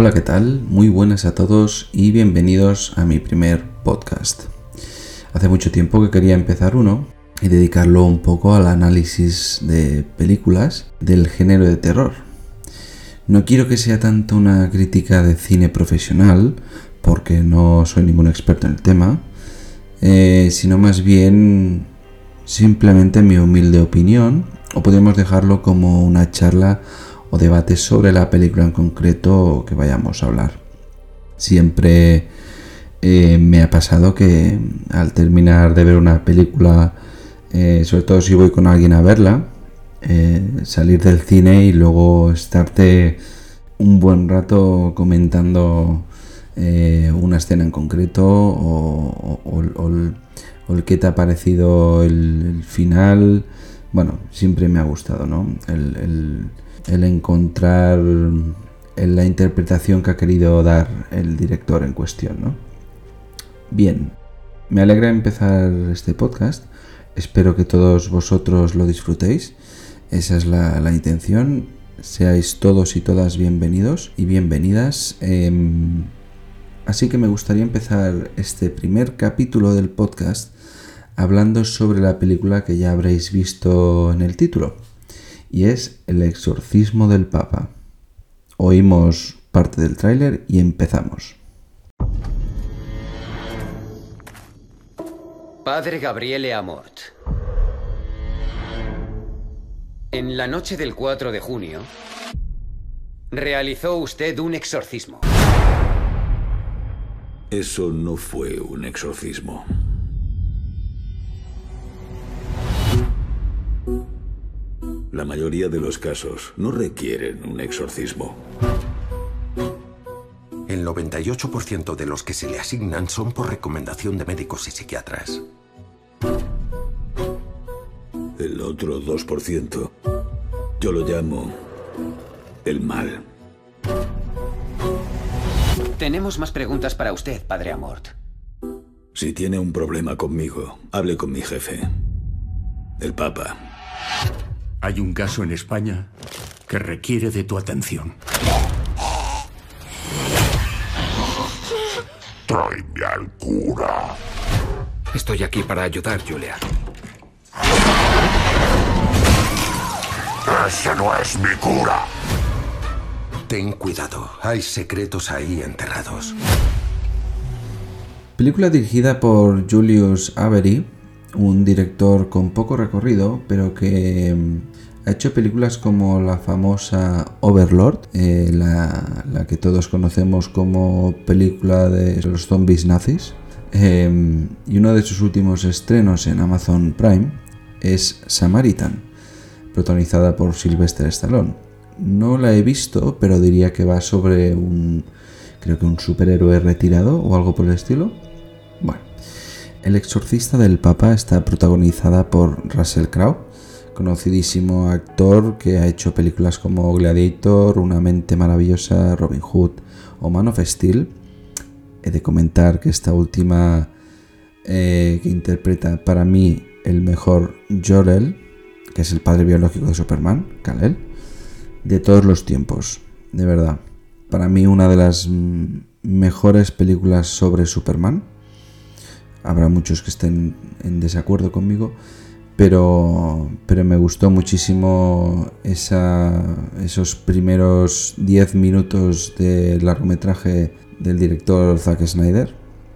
Hola, ¿qué tal? Muy buenas a todos y bienvenidos a mi primer podcast. Hace mucho tiempo que quería empezar uno y dedicarlo un poco al análisis de películas del género de terror. No quiero que sea tanto una crítica de cine profesional, porque no soy ningún experto en el tema, sino más bien simplemente mi humilde opinión, o podemos dejarlo como una charla o debate sobre la película en concreto que vayamos a hablar. Siempre me ha pasado que al terminar de ver una película, sobre todo si voy con alguien a verla, salir del cine y luego estarte un buen rato comentando una escena en concreto o el qué te ha parecido el final. Bueno, siempre me ha gustado, ¿no? El encontrar en la interpretación que ha querido dar el director en cuestión, ¿no? Bien, me alegra empezar este podcast. Espero que todos vosotros lo disfrutéis. Esa es la intención. Seáis todos y todas bienvenidos y bienvenidas. Así que me gustaría empezar este primer capítulo del podcast hablando sobre la película que ya habréis visto en el título, y es El exorcismo del Papa. Oímos parte del tráiler y empezamos. Padre Gabriele Amort. En la noche del 4 de junio, realizó usted un exorcismo. Eso no fue un exorcismo. La mayoría de los casos no requieren un exorcismo. El 98% de los que se le asignan son por recomendación de médicos y psiquiatras. El otro 2%, yo lo llamo el mal. Tenemos más preguntas para usted, Padre Amort. Si tiene un problema conmigo, hable con mi jefe, el Papa. Hay un caso en España que requiere de tu atención. Tráeme al cura. Estoy aquí para ayudar, Julia. ¡Ese no es mi cura! Ten cuidado, hay secretos ahí enterrados. Película dirigida por Julius Avery, un director con poco recorrido, pero que ha hecho películas como la famosa Overlord, la que todos conocemos como película de los zombies nazis, y uno de sus últimos estrenos en Amazon Prime es Samaritan, protagonizada por Sylvester Stallone. No la he visto, pero diría que va sobre creo que un superhéroe retirado o algo por el estilo. Bueno, El exorcista del Papa está protagonizada por Russell Crowe, conocidísimo actor que ha hecho películas como Gladiator, Una mente maravillosa, Robin Hood o Man of Steel. He de comentar que esta última que interpreta para mí el mejor Jor-El, que es el padre biológico de Superman, Kal-El, de todos los tiempos, de verdad. Para mí una de las mejores películas sobre Superman. Habrá muchos que estén en desacuerdo conmigo, pero me gustó muchísimo esos primeros 10 minutos de largometraje del director Zack Snyder.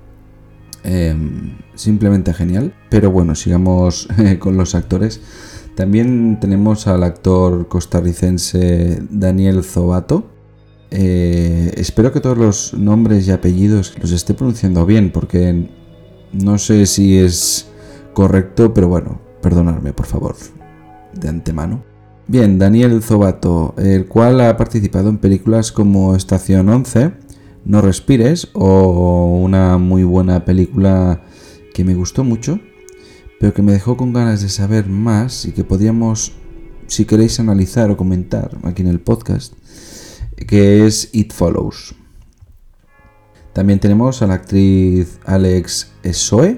Simplemente genial. Pero bueno, sigamos con los actores. También tenemos al actor costarricense Daniel Zovatto. Espero que todos los nombres y apellidos los esté pronunciando bien, porque no sé si es correcto, pero bueno, perdonadme por favor, de antemano. Bien, Daniel Zovatto, el cual ha participado en películas como Estación 11, No respires, o una muy buena película que me gustó mucho, pero que me dejó con ganas de saber más y que podríamos, si queréis, analizar o comentar aquí en el podcast, que es It Follows. También tenemos a la actriz Alex Essoe,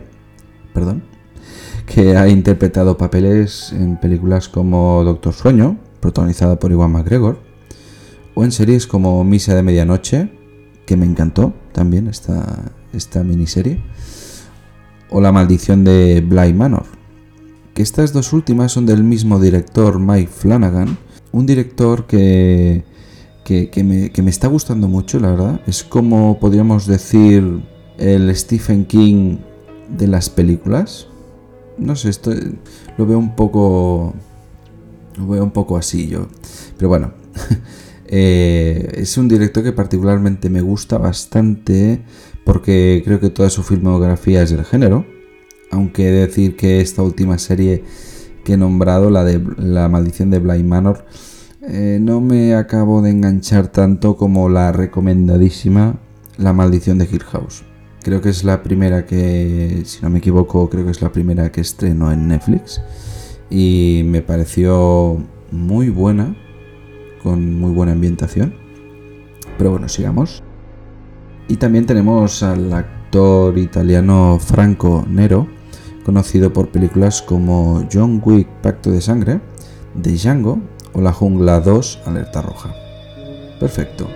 que ha interpretado papeles en películas como Doctor Sueño, protagonizada por Ewan McGregor, o en series como Misa de Medianoche, que me encantó también esta miniserie, o La maldición de Bly Manor, que estas dos últimas son del mismo director, Mike Flanagan, un director que me está gustando mucho, la verdad. Es como podríamos decir el Stephen King de las películas. No sé, esto lo veo un poco así yo, pero bueno. Es un director que particularmente me gusta bastante porque creo que toda su filmografía es del género, aunque he de decir que esta última serie que he nombrado, la de La maldición de Bly Manor, no me acabo de enganchar tanto como la recomendadísima La maldición de Hill House. Creo que es la primera que, si no me equivoco, estrenó en Netflix y me pareció muy buena, con muy buena ambientación. Pero bueno, sigamos. Y también tenemos al actor italiano Franco Nero, conocido por películas como John Wick, Pacto de Sangre, The Django o La Jungla 2, Alerta Roja. Perfecto.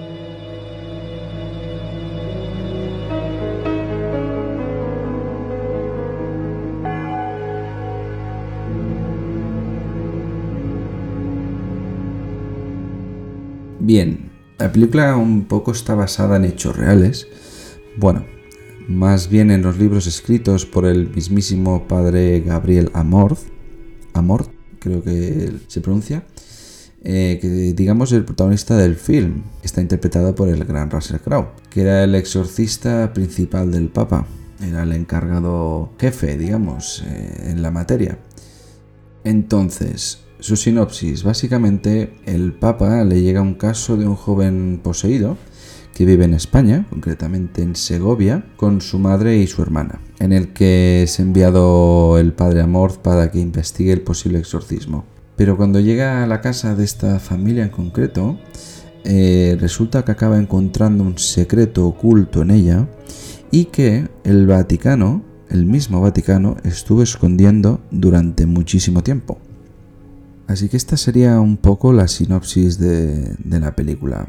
Bien, la película un poco está basada en hechos reales. Bueno, más bien en los libros escritos por el mismísimo padre Gabriel Amorth, creo que se pronuncia, que digamos el protagonista del film, está interpretado por el gran Russell Crowe, que era el exorcista principal del Papa, era el encargado jefe, digamos, en la materia. Entonces, su sinopsis: básicamente el Papa le llega un caso de un joven poseído que vive en España, concretamente en Segovia, con su madre y su hermana, en el que es enviado el padre Amorth para que investigue el posible exorcismo. Pero cuando llega a la casa de esta familia en concreto, resulta que acaba encontrando un secreto oculto en ella y que el Vaticano, el mismo Vaticano, estuvo escondiendo durante muchísimo tiempo. Así que esta sería un poco la sinopsis de la película.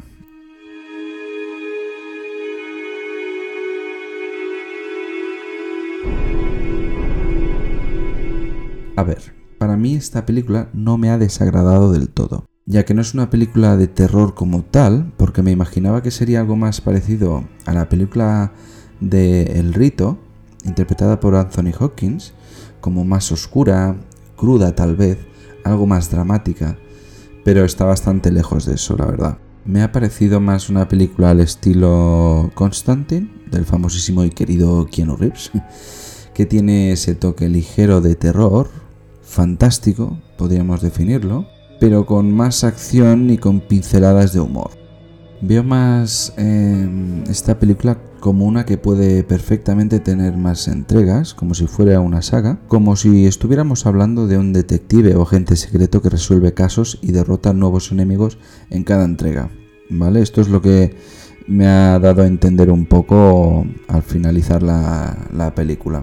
A ver, para mí esta película no me ha desagradado del todo, ya que no es una película de terror como tal, porque me imaginaba que sería algo más parecido a la película de El Rito, interpretada por Anthony Hopkins, como más oscura, cruda tal vez, algo más dramática, pero está bastante lejos de eso, la verdad. Me ha parecido más una película al estilo Constantine, del famosísimo y querido Keanu Reeves, que tiene ese toque ligero de terror, fantástico, podríamos definirlo, pero con más acción y con pinceladas de humor. Veo más esta película como una que puede perfectamente tener más entregas, como si fuera una saga, como si estuviéramos hablando de un detective o agente secreto que resuelve casos y derrota nuevos enemigos en cada entrega, ¿vale? Esto es lo que me ha dado a entender un poco al finalizar la película.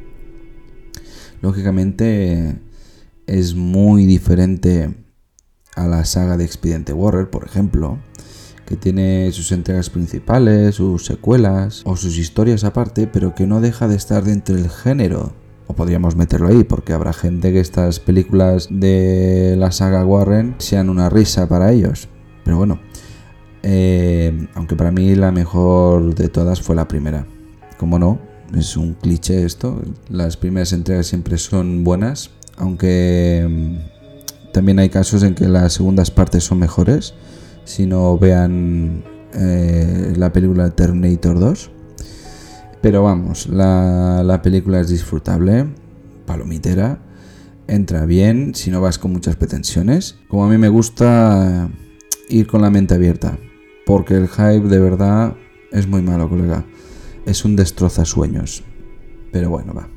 Lógicamente es muy diferente a la saga de Expediente Warren, por ejemplo, que tiene sus entregas principales, sus secuelas o sus historias aparte, pero que no deja de estar dentro del género. O podríamos meterlo ahí, porque habrá gente que estas películas de la saga Warren sean una risa para ellos. Pero bueno, aunque para mí la mejor de todas fue la primera. Como no, es un cliché esto. Las primeras entregas siempre son buenas, aunque también hay casos en que las segundas partes son mejores. Si no, vean la película Terminator 2. Pero vamos, la película es disfrutable, palomitera, entra bien si no vas con muchas pretensiones. Como a mí me gusta ir con la mente abierta, porque el hype de verdad es muy malo, colega. Es un destrozasueños. Pero bueno, va.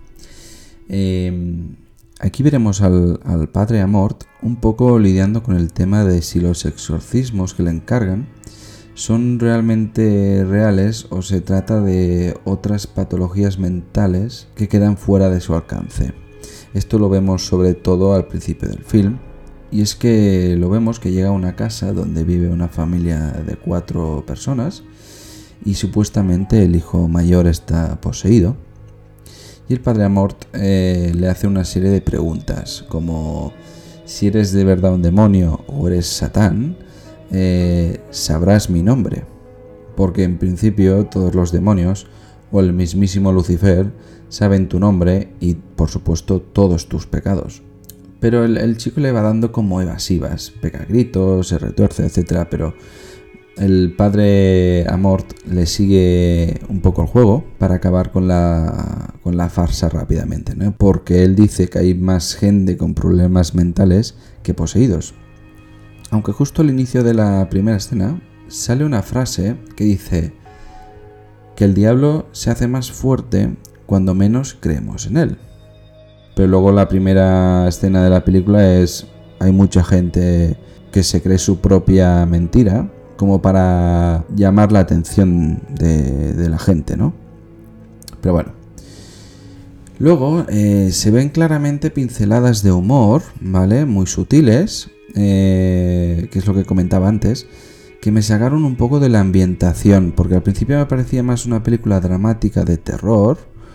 Aquí veremos al padre Amorth un poco lidiando con el tema de si los exorcismos que le encargan son realmente reales o se trata de otras patologías mentales que quedan fuera de su alcance. Esto lo vemos sobre todo al principio del film, y es que lo vemos que llega a una casa donde vive una familia de 4 personas y supuestamente el hijo mayor está poseído. Y el padre Amort le hace una serie de preguntas, como si eres de verdad un demonio o eres Satán, sabrás mi nombre. Porque en principio todos los demonios o el mismísimo Lucifer saben tu nombre y por supuesto todos tus pecados. Pero el chico le va dando como evasivas, pega gritos, se retuerce, etc. Pero el padre Amort le sigue un poco el juego para acabar con la farsa rápidamente, ¿no? Porque él dice que hay más gente con problemas mentales que poseídos. Aunque justo al inicio de la primera escena sale una frase que dice que el diablo se hace más fuerte cuando menos creemos en él. Pero luego la primera escena de la película hay mucha gente que se cree su propia mentira como para llamar la atención de la gente, ¿no? Pero bueno. Luego se ven claramente pinceladas de humor, ¿vale? Muy sutiles, que es lo que comentaba antes, que me sacaron un poco de la ambientación, porque al principio me parecía más una película dramática de terror,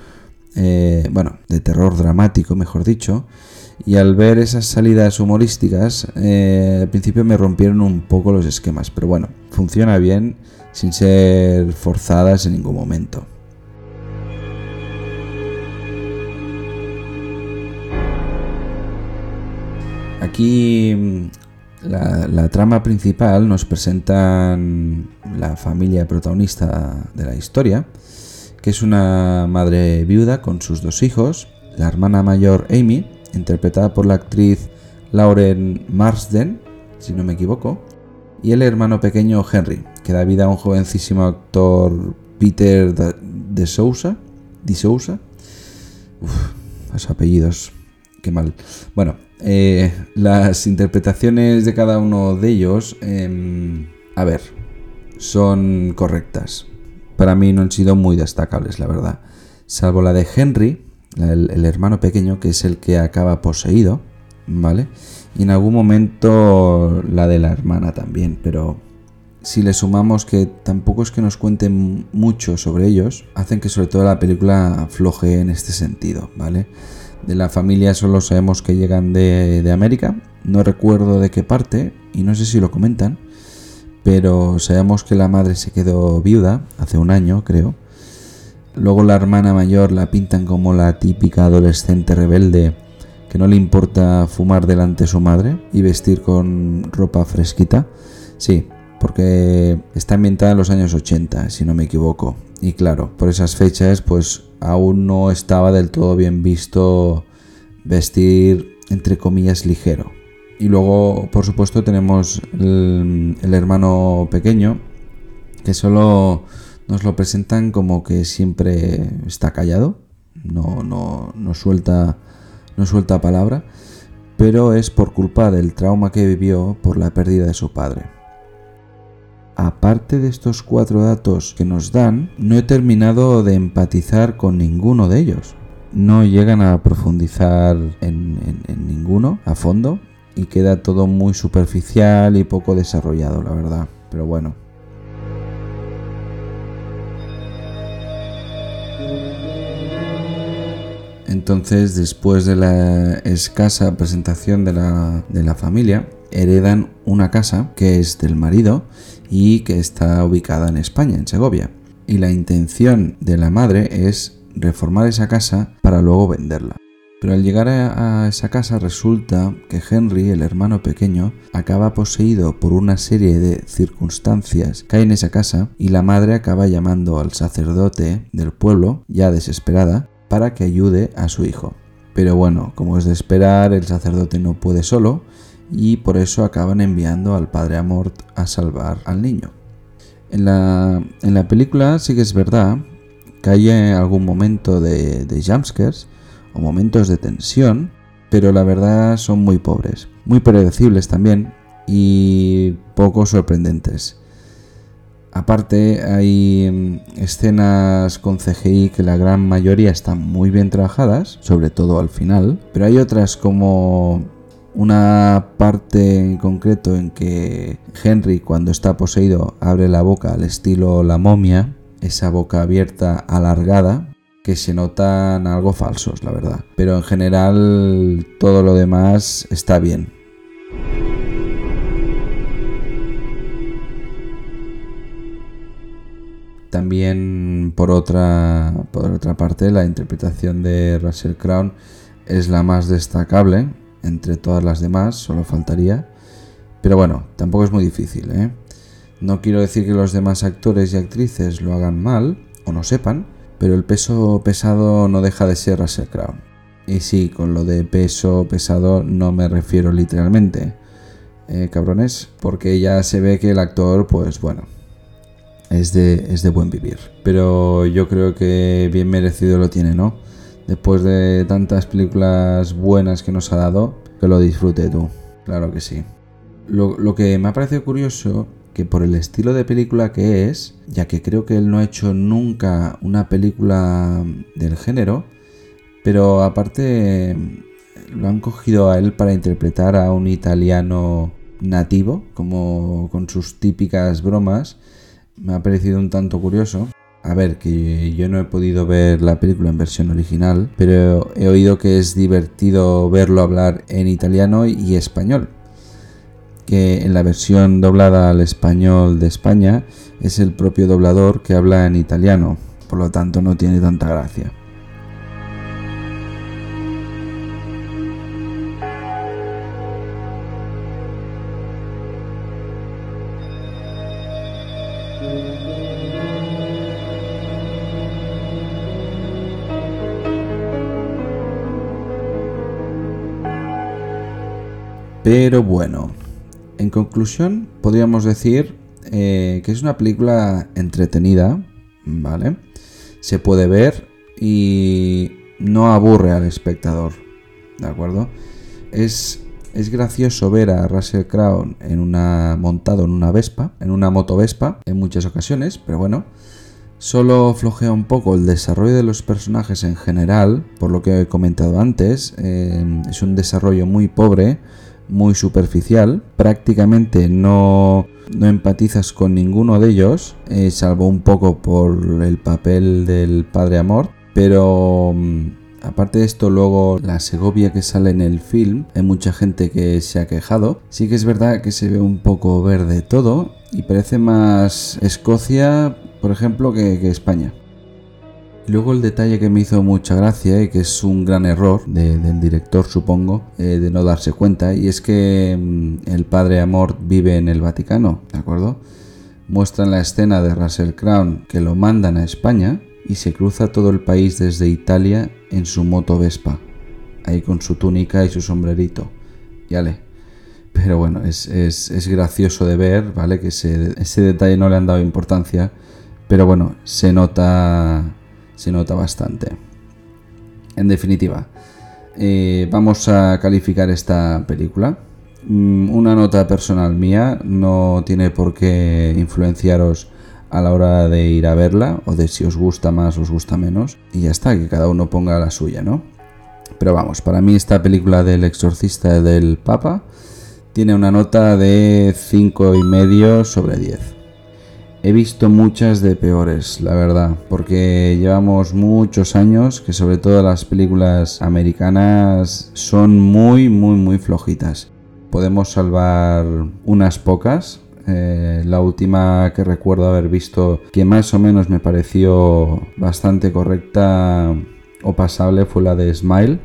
de terror dramático, mejor dicho, y al ver esas salidas humorísticas, al principio me rompieron un poco los esquemas, pero bueno, funciona bien sin ser forzadas en ningún momento. Aquí la trama principal nos presentan la familia protagonista de la historia, que es una madre viuda con sus 2 hijos, la hermana mayor Amy, interpretada por la actriz Lauren Marsden, si no me equivoco, y el hermano pequeño Henry, que da vida a un jovencísimo actor Peter de Sousa. Los apellidos, qué mal. Bueno, las interpretaciones de cada uno de ellos, son correctas. Para mí no han sido muy destacables, la verdad. Salvo la de Henry, el hermano pequeño, que es el que acaba poseído, ¿vale? Y en algún momento la de la hermana también, pero si le sumamos que tampoco es que nos cuenten mucho sobre ellos, hacen que sobre todo la película floje en este sentido, ¿vale? De la familia solo sabemos que llegan de América, no recuerdo de qué parte y no sé si lo comentan, pero sabemos que la madre se quedó viuda hace un año, creo. Luego la hermana mayor la pintan como la típica adolescente rebelde que no le importa fumar delante de su madre y vestir con ropa fresquita. Sí, porque está ambientada en los años 80, si no me equivoco. Y claro, por esas fechas pues aún no estaba del todo bien visto vestir entre comillas ligero. Y luego, por supuesto, tenemos el hermano pequeño, que solo nos lo presentan como que siempre está callado, no suelta palabra, pero es por culpa del trauma que vivió por la pérdida de su padre. Aparte de estos 4 datos que nos dan, no he terminado de empatizar con ninguno de ellos. No llegan a profundizar en ninguno a fondo y queda todo muy superficial y poco desarrollado, la verdad. Pero bueno. Entonces, después de la escasa presentación de la familia, heredan una casa que es del marido y que está ubicada en España, en Segovia. Y la intención de la madre es reformar esa casa para luego venderla. Pero al llegar a esa casa resulta que Henry, el hermano pequeño, acaba poseído por una serie de circunstancias que hay en esa casa y la madre acaba llamando al sacerdote del pueblo, ya desesperada, para que ayude a su hijo. Pero bueno, como es de esperar, el sacerdote no puede solo y por eso acaban enviando al padre Amort a salvar al niño. En la película sí que es verdad que hay algún momento de jumpscares o momentos de tensión, pero la verdad son muy pobres, muy predecibles también y poco sorprendentes. Aparte hay escenas con CGI que la gran mayoría están muy bien trabajadas, sobre todo al final, pero hay otras como una parte en concreto en que Henry, cuando está poseído, abre la boca al estilo La Momia, esa boca abierta alargada, que se notan algo falsos, la verdad. Pero en general todo lo demás está bien. También por otra parte, la interpretación de Russell Crowe es la más destacable entre todas las demás, solo faltaría. Pero bueno, tampoco es muy difícil, ¿eh? No quiero decir que los demás actores y actrices lo hagan mal o no sepan, pero el peso pesado no deja de ser Russell Crowe. Y sí, con lo de peso pesado no me refiero literalmente, cabrones, porque ya se ve que el actor, pues bueno, es de buen vivir. Pero yo creo que bien merecido lo tiene, ¿no? Después de tantas películas buenas que nos ha dado, que lo disfrute tú, claro que sí. Lo que me ha parecido curioso, que por el estilo de película que es, ya que creo que él no ha hecho nunca una película del género, pero aparte lo han cogido a él para interpretar a un italiano nativo, como con sus típicas bromas, me ha parecido un tanto curioso. A ver, que yo no he podido ver la película en versión original, pero he oído que es divertido verlo hablar en italiano y español. Que en la versión doblada al español de España es el propio doblador que habla en italiano, por lo tanto no tiene tanta gracia. Pero bueno, en conclusión podríamos decir que es una película entretenida, ¿vale? Se puede ver y no aburre al espectador, ¿de acuerdo? Es gracioso ver a Russell Crowe montado en una Vespa, en una moto Vespa, en muchas ocasiones, pero bueno, solo flojea un poco el desarrollo de los personajes en general, por lo que he comentado antes. Es un desarrollo muy pobre, muy superficial, prácticamente no empatizas con ninguno de ellos, salvo un poco por el papel del padre Amort, pero aparte de esto, luego la Segovia que sale en el film, hay mucha gente que se ha quejado. Sí que es verdad que se ve un poco verde todo y parece más Escocia, por ejemplo, que España. Y luego el detalle que me hizo mucha gracia y que es un gran error del director, supongo, de no darse cuenta, y es que el padre Amort vive en el Vaticano, ¿de acuerdo? Muestran la escena de Russell Crowe que lo mandan a España y se cruza todo el país desde Italia en su moto Vespa, ahí con su túnica y su sombrerito, y ale. Pero bueno, es gracioso de ver, ¿vale? Que ese detalle no le han dado importancia, pero bueno, se nota bastante. En definitiva, vamos a calificar esta película. Una nota personal mía, no tiene por qué influenciaros a la hora de ir a verla o de si os gusta más o os gusta menos, y ya está, que cada uno ponga la suya, ¿no? Pero vamos, para mí esta película del exorcista del Papa tiene una nota de 5,5 sobre 10. He visto muchas de peores, la verdad, porque llevamos muchos años que sobre todo las películas americanas son muy, muy, muy flojitas. Podemos salvar unas pocas. La última que recuerdo haber visto, que más o menos me pareció bastante correcta o pasable, fue la de Smile,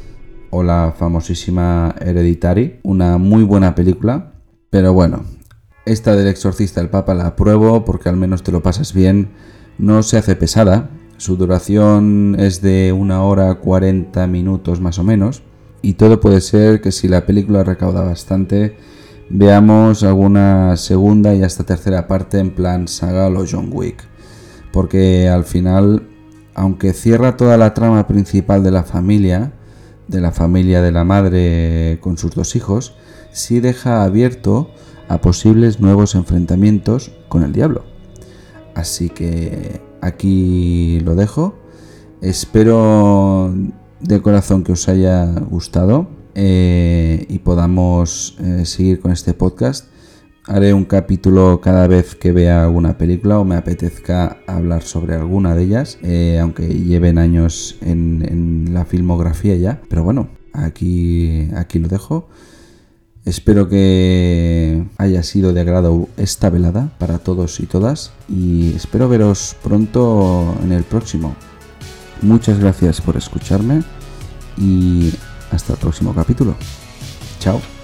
o la famosísima Hereditary, una muy buena película, pero bueno. Esta del exorcista del Papa la apruebo porque al menos te lo pasas bien, no se hace pesada, su duración es de 1 hora 40 minutos más o menos, y todo puede ser que si la película recauda bastante, veamos alguna segunda y hasta tercera parte en plan saga o John Wick, porque al final, aunque cierra toda la trama principal de la familia de la madre con sus 2 hijos, sí deja abierto a posibles nuevos enfrentamientos con el diablo. Así que aquí lo dejo. Espero de corazón que os haya gustado. y podamos seguir con este podcast. Haré un capítulo cada vez que vea alguna película o me apetezca hablar sobre alguna de ellas, aunque lleven años en la filmografía ya. Pero bueno, aquí lo dejo. Espero que haya sido de agrado esta velada para todos y todas y espero veros pronto en el próximo. Muchas gracias por escucharme y hasta el próximo capítulo. Chao.